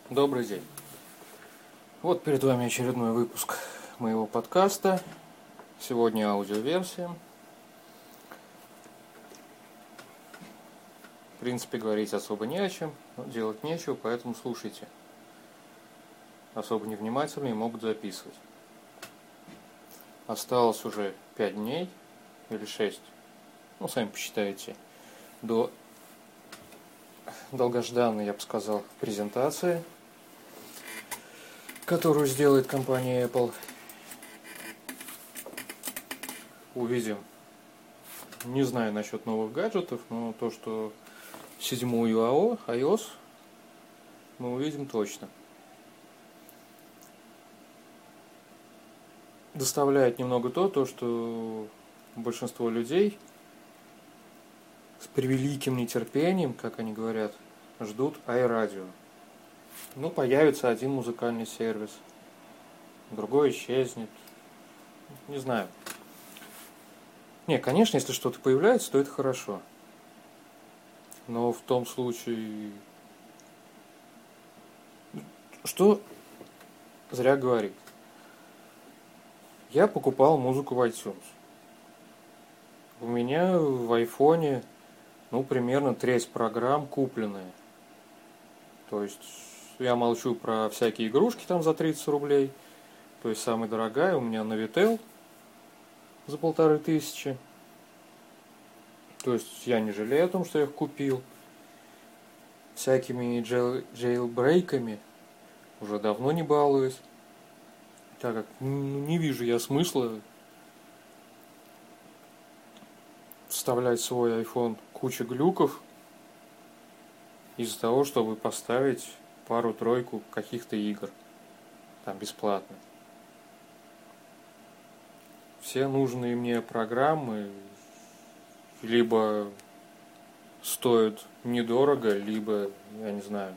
Добрый день. Вот перед вами очередной выпуск моего подкаста. Сегодня аудиоверсия. В принципе, говорить особо не о чем, делать нечего, поэтому слушайте. Особо невнимательные могут записывать. Осталось уже 5 дней или 6, сами посчитайте, до долгожданной, я бы сказал, презентации, которую сделает компания Apple. Увидим. Не знаю насчет новых гаджетов, но то, что 7-ю iOS мы увидим точно. Доставляет немного то, что большинство людей с превеликим нетерпением, как они говорят, ждут iRadio. Появится один музыкальный сервис, другой исчезнет. Не знаю. Не, конечно, если что-то появляется, то это хорошо. Но в том случае... Что зря говорить. Я покупал музыку в iTunes. У меня в айфоне, примерно треть программ купленные. То есть, я молчу про всякие игрушки там за 30 рублей. То есть, самая дорогая у меня Navitel за 1500. То есть, я не жалею о том, что я их купил. Всякими джейлбрейками уже давно не балуюсь. Так как не вижу я смысла вставлять в свой iPhone кучу глюков из-за того, чтобы поставить пару-тройку каких-то игр там бесплатно. Все нужные мне программы либо стоят недорого, либо, я не знаю,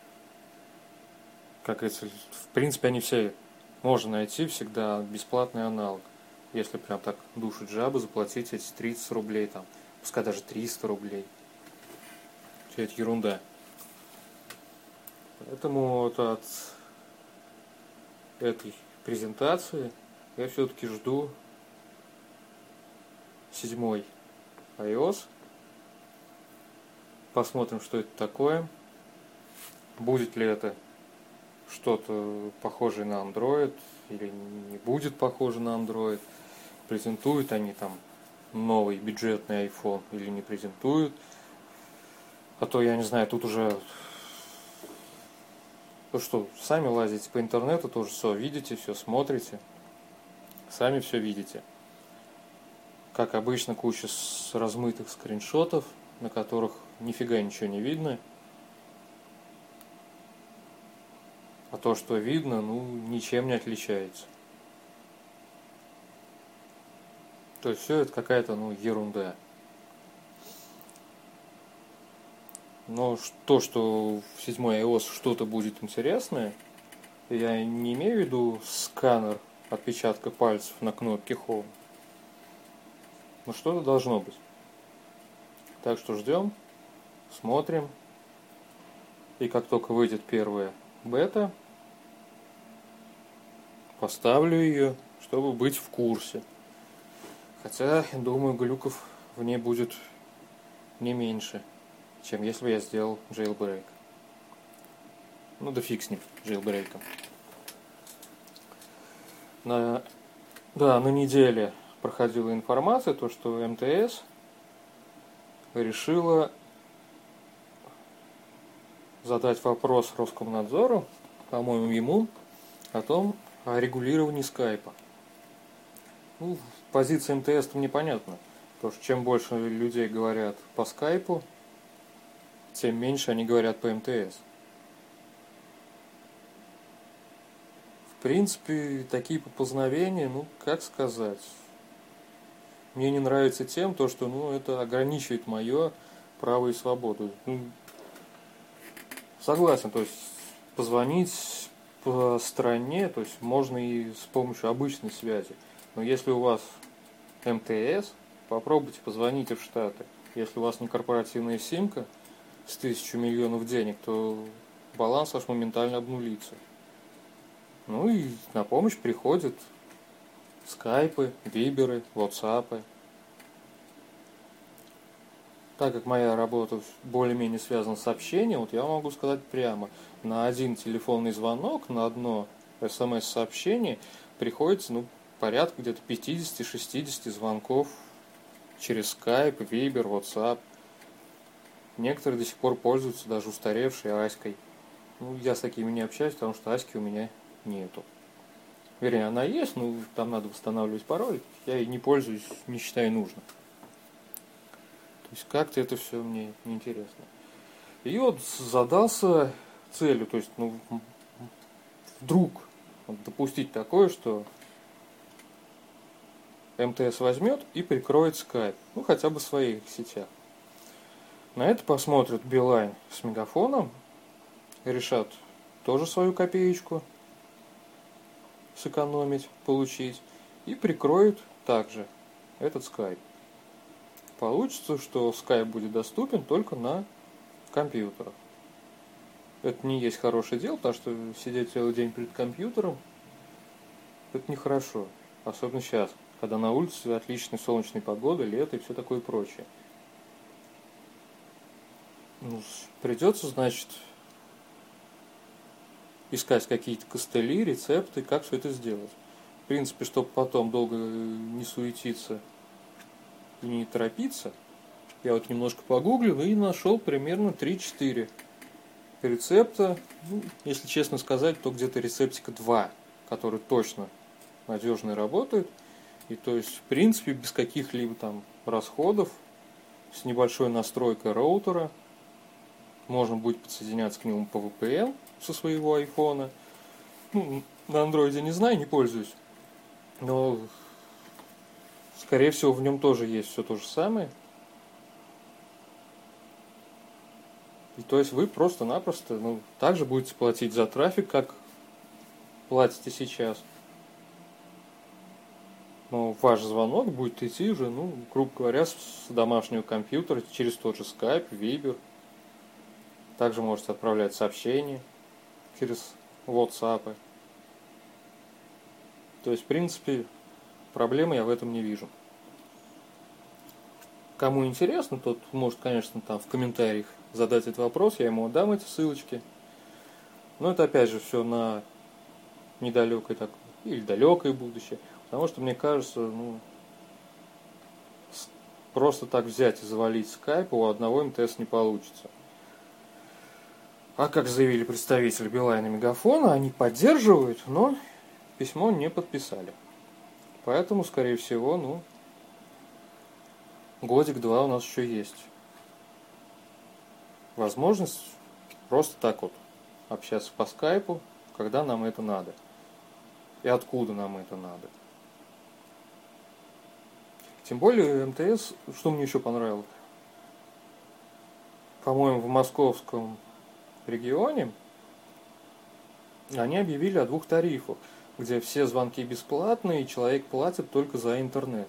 в принципе, они все можно найти всегда бесплатный аналог. Если прям так душу жабы, заплатить эти 30 рублей, там, пускай даже 300 рублей. Все это ерунда. Поэтому от этой презентации я все-таки жду 7-й iOS. Посмотрим, что это такое. Будет ли это что-то похожее на Android или не будет похоже на Android. Презентуют они там новый бюджетный iPhone или не презентуют. А то, я не знаю, тут уже... сами лазите по интернету, тоже все видите, все смотрите. Сами все видите. Как обычно, куча размытых скриншотов, на которых нифига ничего не видно. А то, что видно, ничем не отличается. То есть все это какая-то, ерунда. Но то, что в 7-й iOS что-то будет интересное, я не имею в виду сканер отпечатка пальцев на кнопке Home. Но что-то должно быть. Так что ждем, смотрим. И как только выйдет первая бета, поставлю ее, чтобы быть в курсе. Хотя, думаю, глюков в ней будет не меньше, чем если бы я сделал jailbreak. Да фиг с ним, jailbreak'ом. На неделе проходила информация, что МТС решила задать вопрос Роскомнадзору, по-моему, ему, о регулировании скайпа. Позиция МТС мне понятна. Потому что чем больше людей говорят по скайпу, тем меньше они говорят по МТС. В принципе, такие поползновения, как сказать, мне не нравится тем, что это ограничивает мое право и свободу. Согласен, то есть позвонить по стране, то есть можно и с помощью обычной связи. Но если у вас МТС, попробуйте позвоните в Штаты. Если у вас не корпоративная симка с 1000 миллионов денег, то баланс ваш моментально обнулится. Ну и на помощь приходят скайпы, виберы, ватсапы. Так как моя работа более-менее связана с общением, вот я могу сказать прямо, на один телефонный звонок, на одно смс-сообщение приходится порядка где-то 50-60 звонков через Skype, Viber, WhatsApp. Некоторые до сих пор пользуются даже устаревшей Аськой. Я с такими не общаюсь, потому что Аськи у меня нету. Вернее, она есть, но там надо восстанавливать пароль. Я ей не пользуюсь, не считаю нужным. То есть как-то это все мне неинтересно. И вот задался целью, то есть вдруг допустить такое, что МТС возьмет и прикроет скайп, хотя бы в своих сетях. На это посмотрят Билайн с Мегафоном, решат тоже свою копеечку сэкономить, получить, и прикроют также этот скайп. Получится, что скайп будет доступен только на компьютерах. Это не есть хорошее дело, потому что сидеть целый день перед компьютером – это нехорошо. Особенно сейчас, когда на улице отличная солнечная погода, лето и все такое прочее. Придется, значит, искать какие-то костыли, рецепты, как все это сделать. В принципе, чтобы потом долго не суетиться и не торопиться, я вот немножко погуглил и нашел примерно 3-4 рецепта. Если честно сказать, то где-то рецептика 2, которые точно надежно работают. И то есть, в принципе, без каких-либо там расходов, с небольшой настройкой роутера, можно будет подсоединяться к нему по VPN со своего айфона. На андроиде не знаю, не пользуюсь. Но, скорее всего, в нем тоже есть все то же самое. И то есть вы просто-напросто также будете платить за трафик, как платите сейчас. Но ваш звонок будет идти уже, грубо говоря, с домашнего компьютера через тот же Skype, Viber. Также можете отправлять сообщения через WhatsApp. То есть, в принципе, проблемы я в этом не вижу. Кому интересно, тот может, конечно, там в комментариях задать этот вопрос, я ему отдам эти ссылочки. Но это опять же все на недалекое или далекое будущее. Потому что мне кажется, просто так взять и завалить скайп у одного МТС не получится. А как заявили представители Билайна и Мегафона, они поддерживают, но письмо не подписали. Поэтому, скорее всего, годик-два у нас еще есть возможность просто так вот общаться по скайпу, когда нам это надо. И откуда нам это надо. Тем более МТС, что мне еще понравилось, по-моему, в московском регионе они объявили о 2 тарифах, где все звонки бесплатные, и человек платит только за интернет.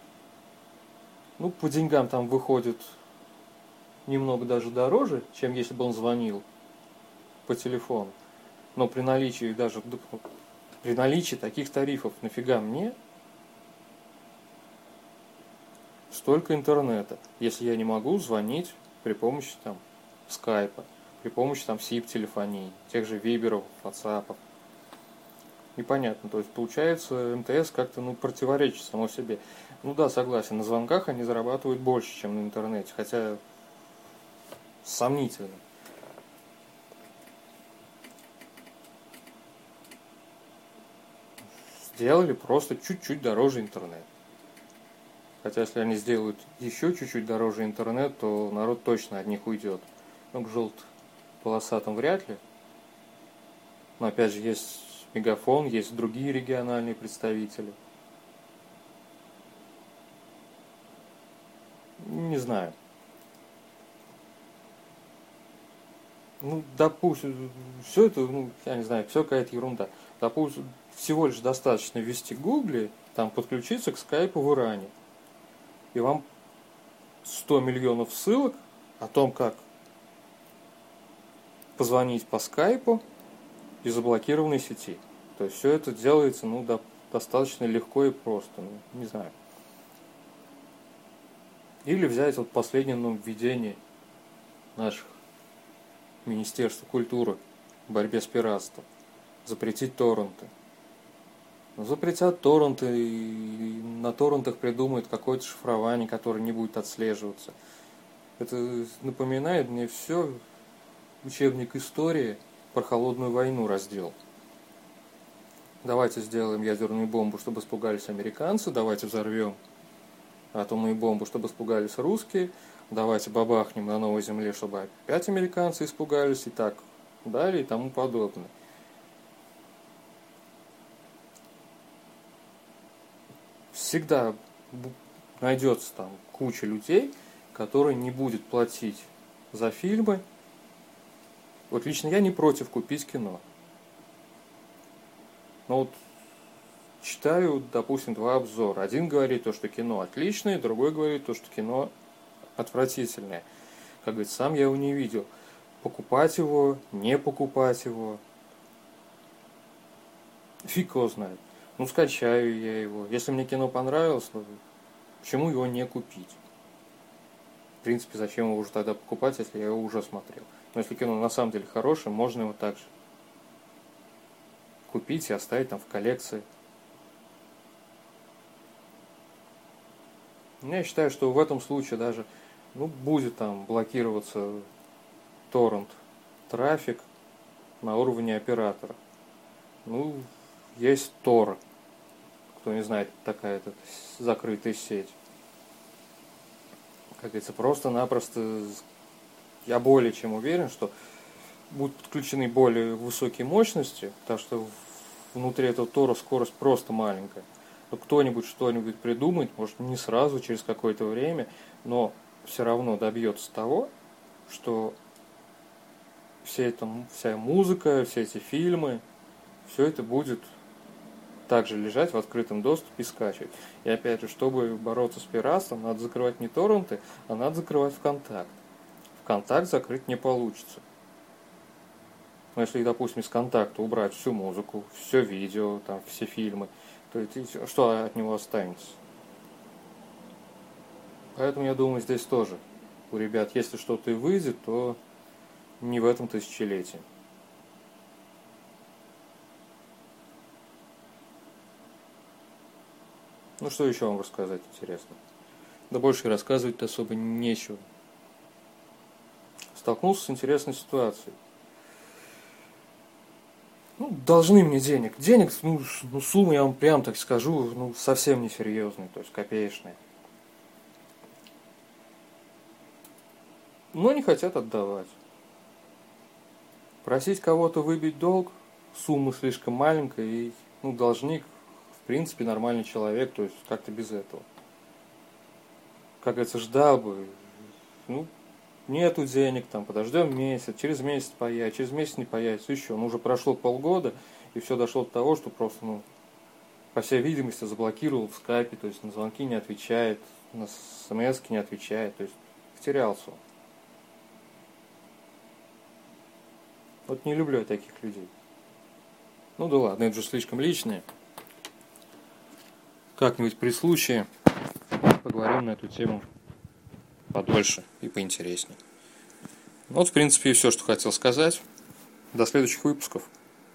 По деньгам там выходит немного даже дороже, чем если бы он звонил по телефону. Но при наличии таких тарифов нафига мне столько интернета, если я не могу звонить при помощи скайпа, при помощи SIP-телефонии, тех же виберов, ватсапов. Непонятно, то есть получается МТС как-то противоречит само себе. Да, согласен, на звонках они зарабатывают больше, чем на интернете, хотя сомнительно. Сделали просто чуть-чуть дороже интернет. Хотя если они сделают еще чуть-чуть дороже интернет, то народ точно от них уйдет. К желто-полосатым вряд ли. Но опять же есть Мегафон, есть другие региональные представители. Не знаю. Допустим, все это, я не знаю, все какая-то ерунда. Допустим, всего лишь достаточно ввести в Гугле, подключиться к скайпу в Иране. И вам 100 миллионов ссылок о том, как позвонить по скайпу из заблокированной сети. То есть все это делается достаточно легко и просто. Не знаю. Или взять вот последнее нововведение наших Министерства культуры в борьбе с пиратством. Запретить торренты. Запретят торренты, и на торрентах придумают какое-то шифрование, которое не будет отслеживаться. Это напоминает мне все учебник истории про холодную войну раздел. Давайте сделаем ядерную бомбу, чтобы испугались американцы, давайте взорвем атомную бомбу, чтобы испугались русские, давайте бабахнем на новой земле, чтобы опять американцы испугались, и так далее, и тому подобное. Всегда найдется там куча людей, которые не будут платить за фильмы. Вот лично я не против купить кино. Но вот читаю, допустим, два обзора. Один говорит то, что кино отличное, другой говорит то, что кино отвратительное. Как говорится, сам я его не видел. Покупать его, не покупать его. Фиг его знает. Скачаю я его. Если мне кино понравилось, почему его не купить? В принципе, зачем его уже тогда покупать, если я его уже смотрел? Но если кино на самом деле хорошее, можно его также купить и оставить там в коллекции. Я считаю, что в этом случае даже будет там блокироваться торрент трафик на уровне оператора. Есть Tor. Кто не знает, такая закрытая сеть. Как говорится, просто-напросто я более чем уверен, что будут подключены более высокие мощности, потому что внутри этого Тора скорость просто маленькая. Но кто-нибудь что-нибудь придумает, может не сразу, через какое-то время, но все равно добьется того, что вся музыка, все эти фильмы, все это будет также лежать в открытом доступе и скачивать. И опять же, чтобы бороться с пиратством, надо закрывать не торренты, а надо закрывать ВКонтакт. ВКонтакт закрыть не получится. Но если, допустим, из контакта убрать всю музыку, все видео, там, все фильмы, то что от него останется? Поэтому я думаю, здесь тоже у ребят, если что-то и выйдет, то не в этом тысячелетии. Что еще вам рассказать интересно? Да больше рассказывать особо нечего. Столкнулся с интересной ситуацией. Должны мне денег. Денег, суммы, я вам прям так скажу, совсем несерьезные, то есть копеечные. Но не хотят отдавать. Просить кого-то выбить долг, сумма слишком маленькая, и должник, в принципе, нормальный человек, то есть как-то без этого. Как говорится, ждал бы, нету денег, подождем месяц, через месяц появится, через месяц не появится, еще. Уже прошло полгода, и все дошло до того, что просто, по всей видимости, заблокировал в скайпе, то есть на звонки не отвечает, на смс не отвечает, то есть потерялся. Вот не люблю я таких людей. Да ладно, это же слишком личное. Как-нибудь при случае поговорим на эту тему подольше и поинтереснее. В принципе, и все, что хотел сказать. До следующих выпусков.